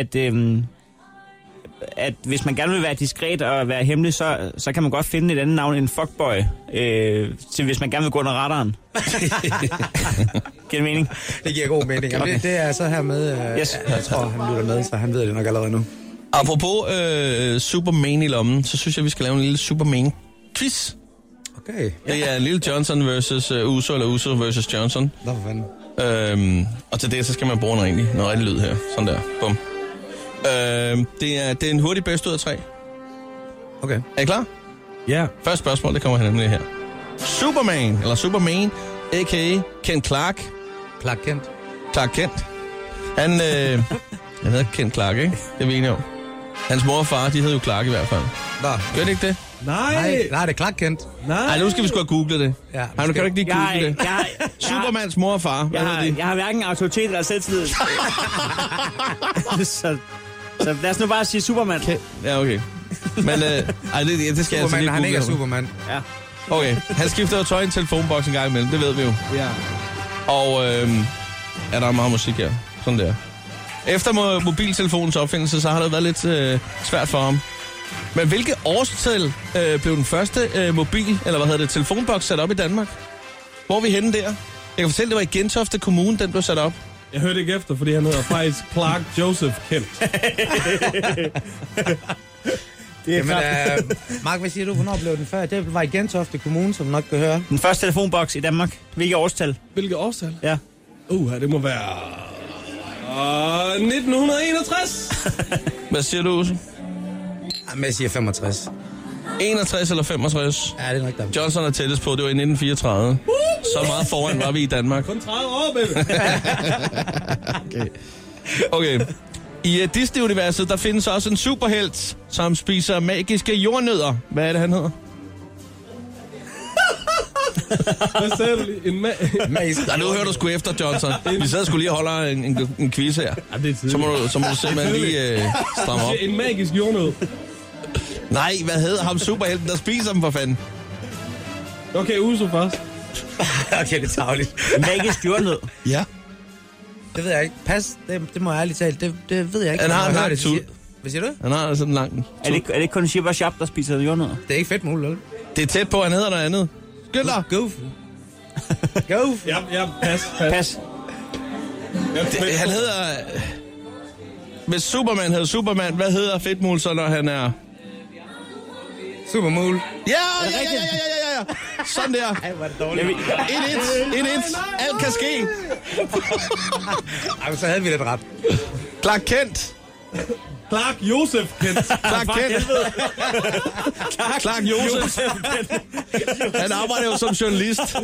at hvis man gerne vil være diskret og være hemmelig, så kan man godt finde et andet navn end Fuckboy, til hvis man gerne vil gå under radaren. Giver det mening? Det giver god mening. Jamen, det er så her med, yes. Jeg tror, han lytter med, så han ved det nok allerede nu. Apropos Superman i lommen, så synes jeg, vi skal lave en lille Superman-quiz. Okay. Det er en lille Johnson versus Uso, eller Uso versus Johnson. Nå, for fanden. Og til det, så skal man bruge noget rigtig lyd her. Sådan der. Bum. Det er en hurtig bedst ud af 3. Okay. Er I klar? Ja. Yeah. Første spørgsmål, det kommer nemlig her. Superman, a.k.a. Kent Clark. Clark Kent. Han hedder Kent Clark, ikke? Det er vi enige om. Hans mor og far, de hed jo Clark i hvert fald. Nå. Gør det ikke det? Nej, det er Clark Kent. Nej, nu skal vi sgu have googlet det. Ja, nu kan du ikke lige google det. Supermans mor og far. Jeg har hverken autoritet eller selvtillid. så lad os nu bare sige Superman. Ja, okay. Men det skal jeg altså lige google. Han ikke er Superman. Ja. Okay, han skifter jo tøj i en telefonboks en gang imellem, det ved vi jo. Ja. Og der er meget musik her. Sådan der. Efter mobiltelefonens opfindelse, så har det været lidt svært for ham. Men hvilket årstal blev den første telefonboks sat op i Danmark? Hvor er vi henne der? Jeg kan fortælle, det var i Gentofte Kommune, den blev sat op. Jeg hørte ikke efter, fordi han hedder faktisk Clark Joseph Kent. Jamen, Mark, hvad siger du? Hvornår blev den før? Det var i Gentofte Kommune, som nok kan høre. Den første telefonboks i Danmark. Hvilket årstal? Hvilket årstal? Ja. Det må være... 1961. Hvad siger du, Use? Jamen, jeg siger 65. 61 eller 65? Ja, det er nok der. Johnson er tættest på, det var i 1934. Så meget foran var vi i Danmark. Kun 30 år, baby. Okay. I Disney-universet, der findes også en superhelt, som spiser magiske jordnødder. Hvad er det, han hedder? Hvad sagde du lige? Nej, nu hører du sgu efter, Johnson. Vi sidder sgu lige og holder en quiz her. Ja, det er så må du simpelthen lige stramme op. En magisk jordnød. Nej, hvad hedder ham superhelten, der spiser dem for fanden? Okay, Uso først. Okay, det er tarveligt. Magisk jordnød. Ja. Det ved jeg ikke. Pas, det må jeg ærligt tale. Det ved jeg ikke. Han har en lang tud. Hvad siger du? Han har sådan en lang tud. Er det ikke kun Shibba Shab, der spiser jordnød? Det er ikke fedt muligt, eller? Det er tæt på, han hedder noget andet. Skyld dig. Goof. Ja, pas. Han hedder... Hvis Superman hedder Superman, hvad hedder Fedtmul så, når han er... Supermul. Ja. Sådan der. Ej, hvor er det dårligt. 1-1. Alt kan ske. Ej, så havde vi lidt ret. Clark Kent. Clark Josef Kent. Clark Kent. Clark Josef. Han arbejder jo som journalist.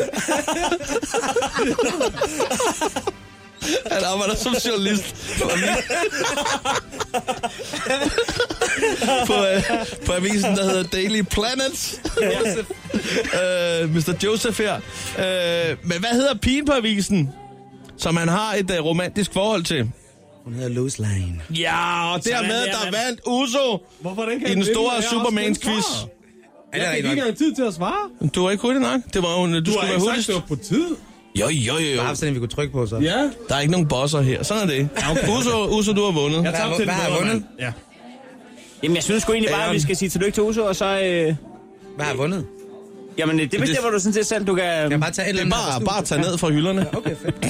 Han arbejder som journalist. På avisen, der hedder Daily Planet. Mr. Joseph her. Men hvad hedder pigen på avisen, som han har et romantisk forhold til? Hun hedder Lois Lane. Ja, og dermed der vandt Uso i den store Supermans quiz. Jeg fik ikke engang tid til at svare. Du var ikke hurtigt nok. Det var jo, du skulle være hurtigst. Du har ikke sagt, det var på tid. Jo. Der er sådan en, vi kunne trykke på, så. Ja. Der er ikke nogen bosser her. Sådan er det. Uso, du har vundet. Jeg tabte til Hvad har jeg vundet? Ja. Jamen, jeg synes sgu egentlig bare, at vi skal sige tillykke til Uso, og så... Hvad har jeg vundet? Jamen, det bestemmer du sådan set selv. Du kan... Jeg bare tage et eller andet. Bare tage ned fra hylderne. Ja, okay, fedt.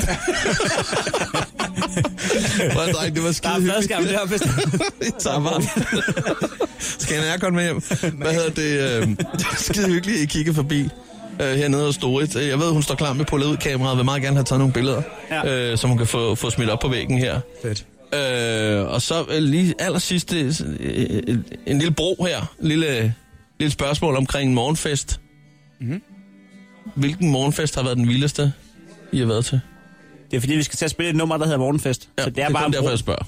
Det var skide hyggeligt. Det tager varmt. Skal en aircon med hjem? Hvad hedder det? Skide hyggeligt, I kigger forbi. Hernede hos Dorit. Jeg ved, hun står klar med pullet ud kameraet og vil meget gerne have taget nogle billeder, som hun kan få smidt op på væggen her. Fedt. Og så lige allersidst en lille bro her. Lille spørgsmål omkring en morgenfest. Mm-hmm. Hvilken morgenfest har været den vildeste, I har været til? Det er fordi, vi skal til at spille et nummer, der hedder Morgenfest. Ja, så det er bare derfor, jeg spørger.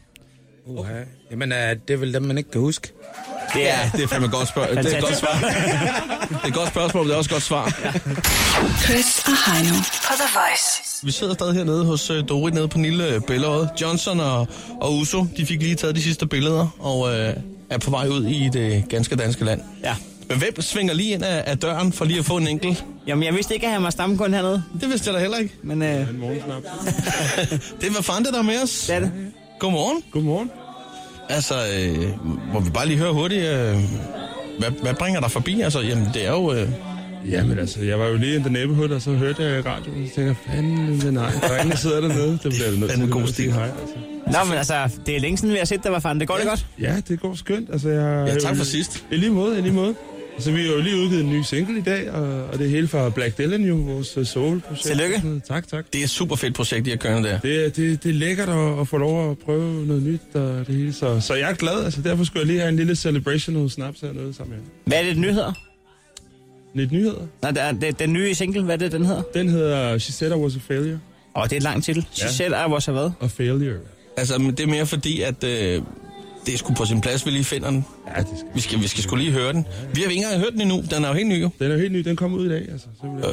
Jamen, det er vel dem, man ikke kan huske. Det er fandme godt spørgsmål. Det er et godt svar. Det er et godt spørgsmål, men det er også et godt svar. Ja. Chris og Heino på The Voice. Vi sidder stadig hernede hos Dorit nede på Nille Bællerød. Johnson og Uso, de fik lige taget de sidste billeder og er på vej ud i det ganske danske land. Ja. Men hvem svinger lige ind af døren for lige at få en enkelt? Jamen, jeg vidste ikke, at han var stamkund hernede. Det vidste jeg da heller ikke. Men En morgensnap. Det er hvad fanden der er med os. det er det. Godmorgen. Godmorgen. Altså, må vi bare lige høre hurtigt, hvad bringer dig forbi? Altså, jamen, det er jo... Jamen altså, jeg var jo lige in the neighborhood, og så hørte jeg radioen, og så tænkte jeg, fanden, nej, der er ingen, der sidder dernede. Det bliver nødt til en god stil. Hej, altså. Nå, men altså, det er længe siden, vi har set dig, hvad fanden. Det går det godt? Ja, det går skønt. Altså, tak for sidst. I lige måde. Altså, vi har jo lige udgivet en ny single i dag, og det er hele fra Black Dylan jo, vores soul-projekt. Tillykke. Tak. Det er et super fedt projekt, I har kørt der. Det er lækkert at få lov at prøve noget nyt og det hele. Så jeg er glad, altså derfor skulle jeg lige have en lille celebration snaps her noget sammen med. Hvad er det, den hedder? Lidt nyheder. Nej, det er den nye single. Hvad er det, den hedder? Den hedder She Said I Was a Failure. Det er et langt titel. She Said I Was a hvad? A Failure. Altså, men det er mere fordi, at det er sgu på sin plads, vi lige finder den. Ja, det skal vi skal sgu lige høre den. Vi har ikke engang hørt den endnu. Den er jo helt ny, jo. Den er helt ny. Den kommer ud i dag, altså.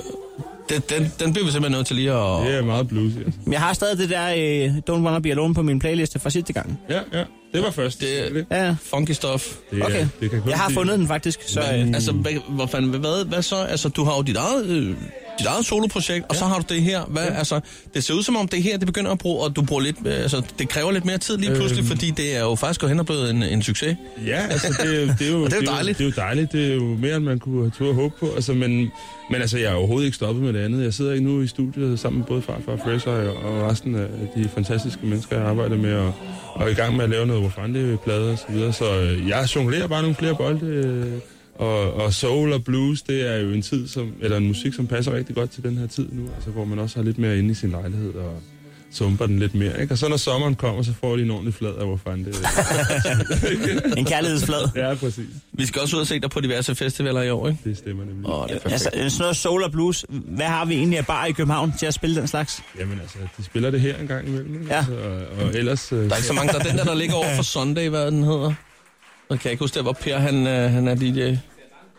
Den bliver vi simpelthen nødt til lige at... Det er meget bluesy, altså. Jeg har stadig det der Don't Wanna Be Alone på min playliste fra sidste gang. Ja. Det var først. Det er funky stuff. Okay. Jeg har fundet den faktisk. Så, altså, hvad så? Altså, du har jo dit eget soloprojekt, og så har du det her. Altså, det ser ud som om det her, det begynder at bruge, og du bruger lidt, altså, det kræver lidt mere tid lige pludselig, fordi det er jo faktisk gået hen og blevet en succes. Ja, altså, det er jo dejligt. Det er jo dejligt. Det er jo mere, end man kunne have tur og håbe på. Altså, men altså, jeg er overhovedet ikke stoppet med det andet. Jeg sidder nu i studiet sammen med både Farfar Fresh og resten af de fantastiske mennesker, jeg arbejder med, og er i gang med at lave noget Wofande-plader og så videre. Så jeg jonglerer bare nogle flere bolde. Og soul og blues, det er jo en tid, eller en musik, som passer rigtig godt til den her tid nu, altså, hvor man også har lidt mere inde i sin lejlighed og sumper den lidt mere, ikke? Og så når sommeren kommer, så får de en ordentlig flad af Wofande. En kærlighedsflad. Ja, præcis. Vi skal også ud og se dig på diverse festivaler i år, ikke? Det stemmer nemlig. Det er perfekt. Altså, sådan noget soul og blues. Hvad har vi egentlig bare i København til at spille den slags? Jamen altså, de spiller det her en gang imellem, ikke? Ja. Altså, og ellers... Der er ikke så mange. Der er den der ligger over for Sunday, hvad den hedder. Jeg kan ikke huske, der hvor Per, han er DJ.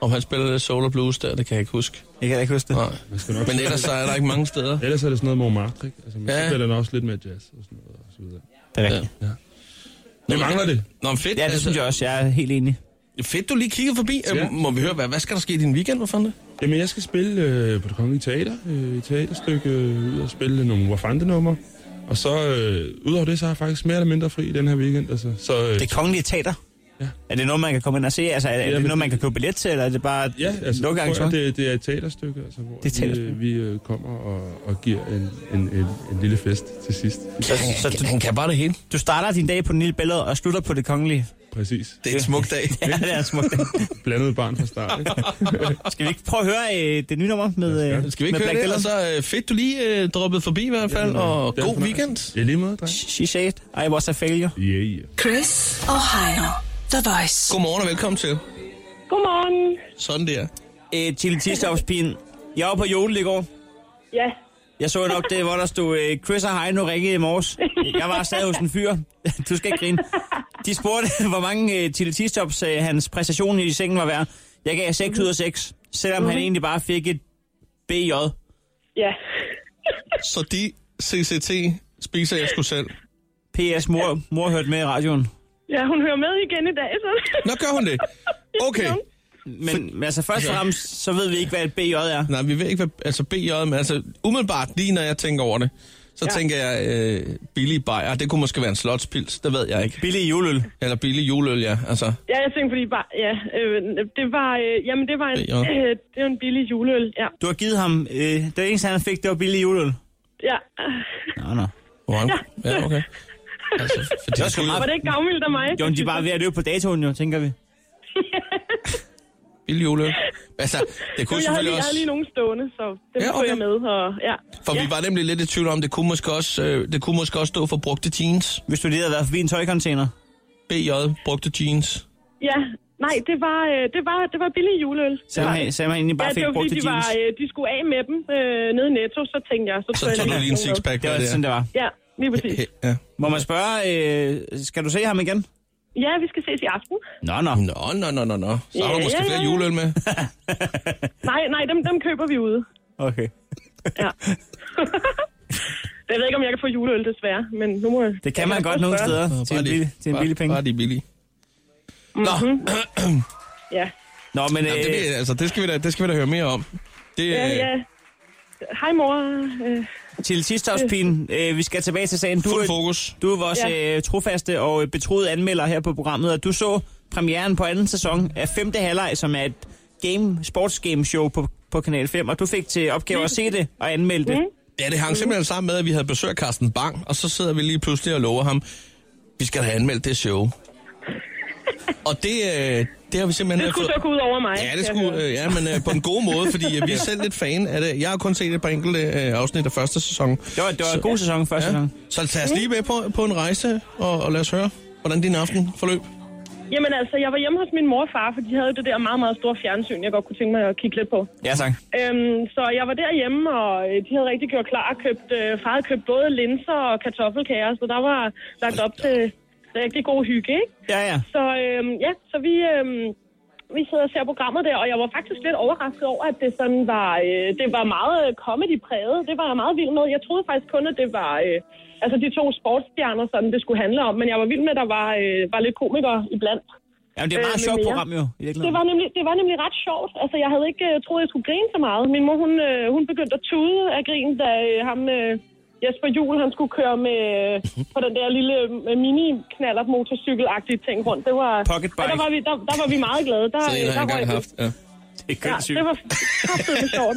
Om han spiller lidt soul og blues der, det kan jeg ikke huske. Jeg kan ikke huske det. Nej. Men ellers så er der ikke mange steder. Ellers er det sådan noget Montmartre, ikke? Altså, man spiller den også lidt med jazz og sådan noget. Og så videre. Det er rigtigt. Ja. Det mangler det. Nå, fedt. Ja, det synes jeg også. Jeg er helt enig. Fedt, du lige kigger forbi. Ja. Må vi høre, hvad skal der ske i din weekend? Hvad fanden det? Jamen, jeg skal spille på Det Kongelige Teater. Et teaterstykke ud og spille nogle Wafande-numre. Og så, udover det, så har jeg faktisk mere eller mindre fri i den her weekend. Altså. Så, Det Kongelige Teater? Ja. Er det noget, man kan komme ind og se? Altså, er det noget, man kan købe billet til, eller er det bare det er et teaterstykke, altså, hvor vi kommer og giver en lille fest til sidst. Så han kan bare det hele. Du starter din dag på den lille billede og slutter på Det Kongelige. Præcis. Det er en smuk dag. Ja, det er en smuk dag. Blandet barn fra start, ikke? Skal vi ikke prøve at høre det nye nummer med Skal vi ikke høre det? Og så fedt, du lige droppet forbi i hvert fald, og god weekend. Ja, lige måde, dreng. She said, I was a failure. Yeah. Chris og Heino. The Voice. Godmorgen og velkommen til. Godmorgen. Sådan der. Chili Cheese-Pin. Jeg var på jodel i går. Ja. Jeg så nok det, hvor der stod Chris og Heino ringede i morges. Jeg var stadig hos en fyr. Du skal ikke grine. De spurgte, hvor mange chili cheese tops hans præstation i sengen var værd. Jeg gav 6 ud af 6, selvom han egentlig bare fik et BJ. Ja. Så de CCT spiser jeg sgu selv. PS, mor hørte med i radioen. Ja, hun hører med igen i dag, så. Nå, gør hun det? Okay. Men altså først og fremmest, så ved vi ikke, hvad et BJ er. Nej, vi ved ikke, hvad altså BJ, men altså umiddelbart, lige når jeg tænker over det, så tænker jeg billig bajer. Det kunne måske være en slotspils, det ved jeg ikke. Billig juleøl. Eller billig juleøl, ja. Altså. Ja, jeg tænkte fordi bare, det var, det var en billig juleøl, ja. Du har givet ham, det eneste han fik, det var billig juleøl. Ja. Nå. Ja, okay. Altså, var det ikke gavmildt af mig? Jo, de er bare ved at løbe på datoen jo, tænker vi. Billig juleøl. Altså, det kunne selvfølgelig også... Jeg havde lige nogen stående, så det får jeg med. Og, ja. For vi var nemlig lidt i tvivl om, det kunne måske også stå for brugte jeans. Hvis du lige havde været forbi en tøjcontainer. BJ, brugte jeans. Ja, nej, det var billig juleøl. Så man egentlig bare fik brugte jeans? De skulle af med dem nede i Netto, så tænkte jeg... Så tog du lige en sixpack. Det var sådan, det var. Ja, lige præcis. Ja. Må man spørge, skal du se ham igen? Ja, vi skal ses i aften. Nå. Så har du måske flere juleøl med? nej, dem køber vi ude. Okay. Ja. Jeg ved ikke, om jeg kan få juleøl, desværre, men nu må jeg... Det kan man godt nogle steder til en billig penge. Bare de billige. Nå. Ja. Nå, men... det skal vi da høre mere om. Ja. Hej, mor. Til sidst også, Pien, vi skal tilbage til sagen. Fuld fokus. Du er vores trofaste og betroede anmelder her på programmet, og du så premieren på anden sæson af 5. halvleg, som er et sportsgame show på Kanal 5, og du fik til opgave at se det og anmelde det. Ja, det hang simpelthen sammen med, at vi havde besøg af Carsten Bang, og så sidder vi lige pludselig og lover ham, vi skal have anmeldt det show. Og det har vi simpelthen... Det skulle så gå ud over mig. Ja, det skulle, men på en god måde, fordi vi er selv lidt fan af det. Jeg har kun set et par enkelte afsnit af første sæson. Det var en god sæson, første sæson. Så tag os lige med på en rejse, og lad os høre, hvordan din aften forløb. Jamen altså, jeg var hjemme hos min mor og far, for de havde det der meget, meget store fjernsyn, jeg godt kunne tænke mig at kigge lidt på. Ja, tak. Så jeg var derhjemme, og de havde rigtig gjort klar og far havde købt både linser og kartoffelkager, så der var lagt op til rigtig god hygge, ikke? Ja. Så vi sidder og ser programmet der, og jeg var faktisk lidt overrasket over, at det sådan var, det var meget comedy-præget. Det var jeg meget vild med. Jeg troede faktisk kun, at det var de 2 sportsstjerner, sådan det skulle handle om, men jeg var vild med, at der var lidt komikere iblandt. Jamen, det er et meget sjovt program jo. Det var nemlig ret sjovt. Altså, jeg havde ikke troet, at jeg skulle grine så meget. Min mor, hun begyndte at tude af grin, da Jesper Juhl, han skulle køre med på den der lille mini-knallert motorcykel-agtige ting rundt. Det var, pocketbike. Der var vi meget glade. Så en har engang haft, ja. Det er kønssygt. Det var kraftigt sjovt.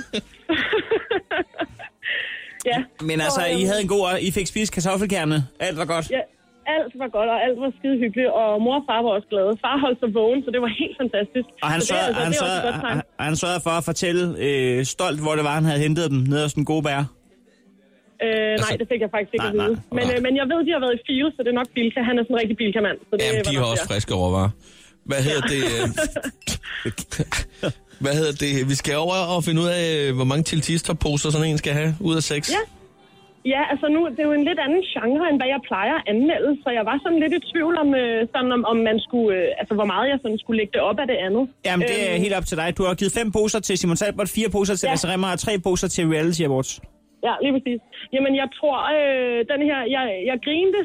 Ja. Men altså, I fik spist kartoffelkerne. Alt var godt. Ja, alt var godt, og alt var skide hyggeligt. Og mor og far var også glade. Far holdt sig vågen, så det var helt fantastisk. Og han sørgede for at fortælle stolt, hvor det var, han havde hentet dem ned hos den gode bær. Nej, det fik jeg faktisk ikke at vide. Men jeg ved, de har været i Feel, så det er nok Bilka. Han er sådan en rigtig Bilka-mand. De har også friske råvarer. Hvad hedder det? Hvad hedder det? Vi skal over og finde ud af, hvor mange chili cheese poser sådan en skal have ud af 6. Ja. Ja, altså nu, det er jo en lidt anden genre, end hvad jeg plejer at anmelde, så jeg var sådan lidt i tvivl om man skulle, altså hvor meget jeg sådan skulle lægge det op af det andet. Jamen, det er helt op til dig. Du har givet 5 poser til Simon Talbot, 4 poser til Lasse Rimmer og 3 poser til Reality Awards. Ja, lige præcis. Jamen, jeg tror, den her, jeg grinte,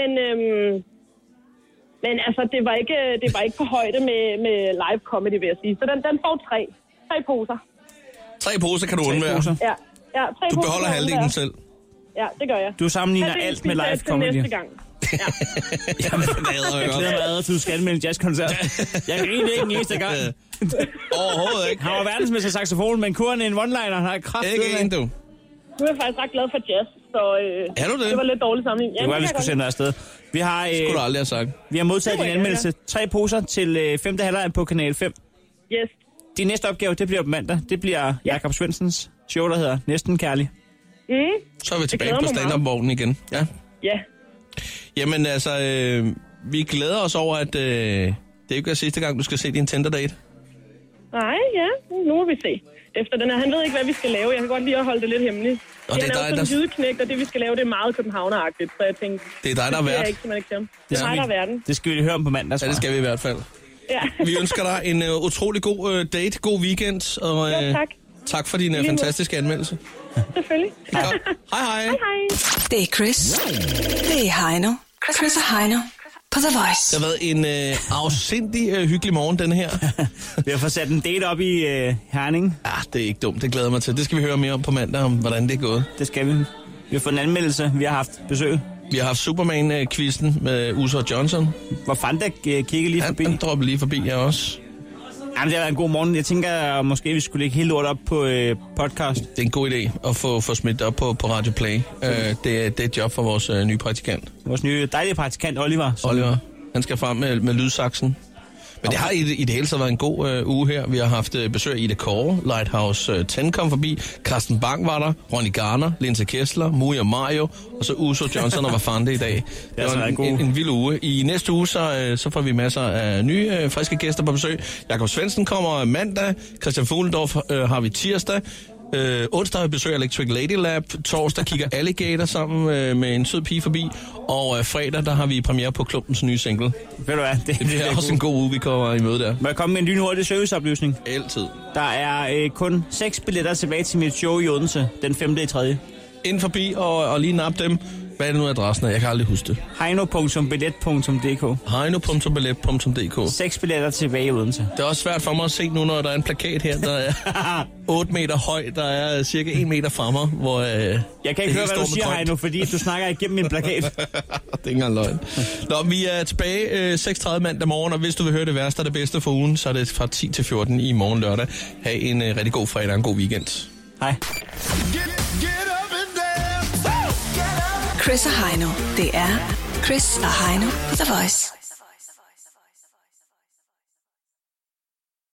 men altså, det var ikke på højde med live comedy, vil jeg sige. Så den får 3 poser. 3 poser kan du undvære. Ja, 3 du beholder halvdelen selv. Ja, det gør jeg. Du sammenligner alt med live comedy. Næste gang. Ja. Jamen, jeg glæder mig ad, at du skal anmelde en jazzkoncert. Jeg griner ikke en eneste gang. Overhovedet ikke. Han var verdensmester saxofon, men kuren en one-liner. Han har kraft. Ikke en, du. Nu er jeg faktisk ret glad for jazz, så er du det? Det var lidt dårligt sammenligning. Det var, vi skulle sende dig afsted. Vi har, skulle du aldrig have sagt. Vi har modtaget din anmeldelse. 3 poser til 5. halvleg på Kanal 5. Yes. Din næste opgave, det bliver på mandag. Det bliver Jakob Svendsens show, der hedder Næsten Kærlig. Så er vi tilbage på stand-up-vognen igen. Ja. Ja. Jamen altså, vi glæder os over, at det ikke er sidste gang, du skal se din Tinder-date. Nej, ja. Nu må vi se. Efter den her, han ved ikke, hvad vi skal lave. Jeg kan godt lide at holde det lidt hemmeligt. Og det er sådan en jydeknægt, og det vi skal lave, det er meget københavneragtigt. Så jeg tænkte, det er dig, der er vært. Det er ikke, som man ikke siger. Det er mig, der er verden. Det skal vi høre om på mandag. Ja, det skal vi i hvert fald. Ja. Vi ønsker dig en utrolig god date, god weekend. Og, tak. Tak for din fantastiske anmeldelse. Selvfølgelig. Hej, hej. Hej, hej. Det er Chris. Det er Heino. Chris og Heino på The Voice. Det har været en afsindig hyggelig morgen, den her. Vi har fået sat en date op i Herning. Ja, det er ikke dumt. Det glæder mig til. Det skal vi høre mere om på mandag, om hvordan det er gået. Det skal vi. Vi har fået en anmeldelse. Vi har haft besøg. Vi har haft Superman-quizzen med Uso Johnson. Hvor fandt der kiggede lige forbi? Han droppede lige forbi, jeg også. Jamen, det har været en god morgen. Jeg tænker, måske vi skulle lægge hele lort op på podcast. Det er en god idé at få smidt op på Radio Play. Det er et job for vores nye praktikant. Vores nye dejlige praktikant, Oliver. Oliver. Han skal frem med lydsaksen. Men det har i det hele taget været en god uge her. Vi har haft besøg af Ida Kåre, Lighthouse 10 kom forbi, Carsten Bang var der, Ronny Garner, Linse Kessler, Muja Mario, og så Uso Johnson og Vafande i dag. Det var en vild uge. I næste uge så får vi masser af nye, friske gæster på besøg. Jakob Svendsen kommer mandag, Christian Fuglendorf har vi tirsdag. Onsdag har vi besøg af Electric Lady Lab. Torsdag kigger Alligator sammen med en sød pige forbi. Og fredag, der har vi premiere på Klumpens nye single. Ved du hvad? Det bliver også en god uge, vi kommer i møde der. Må jeg komme med en lynhurtig serviceoplysning? Altid. Der er kun 6 billetter tilbage til mit show i Odense den 5.3. Ind forbi og lige nap dem. Hvad er det nu adressen er? Jeg kan aldrig huske det. heino.billet.dk heino.billet.dk 6 billetter tilbage i Odense. Det er også svært for mig at se nu, når der er en plakat her, der er 8 meter høj. Der er cirka 1 meter fra mig, hvor jeg kan ikke høre, hvad du siger, Heino, fordi du snakker igennem min plakat. Det er ikke engang løgn. Nå, vi er tilbage 6.30 mandag morgen, og hvis du vil høre det værste og det bedste for ugen, så er det fra 10 til 14 i morgen lørdag. Ha' en rigtig god fredag og en god weekend. Hej. Chris og Heino. Det er Chris og Heino på The Voice.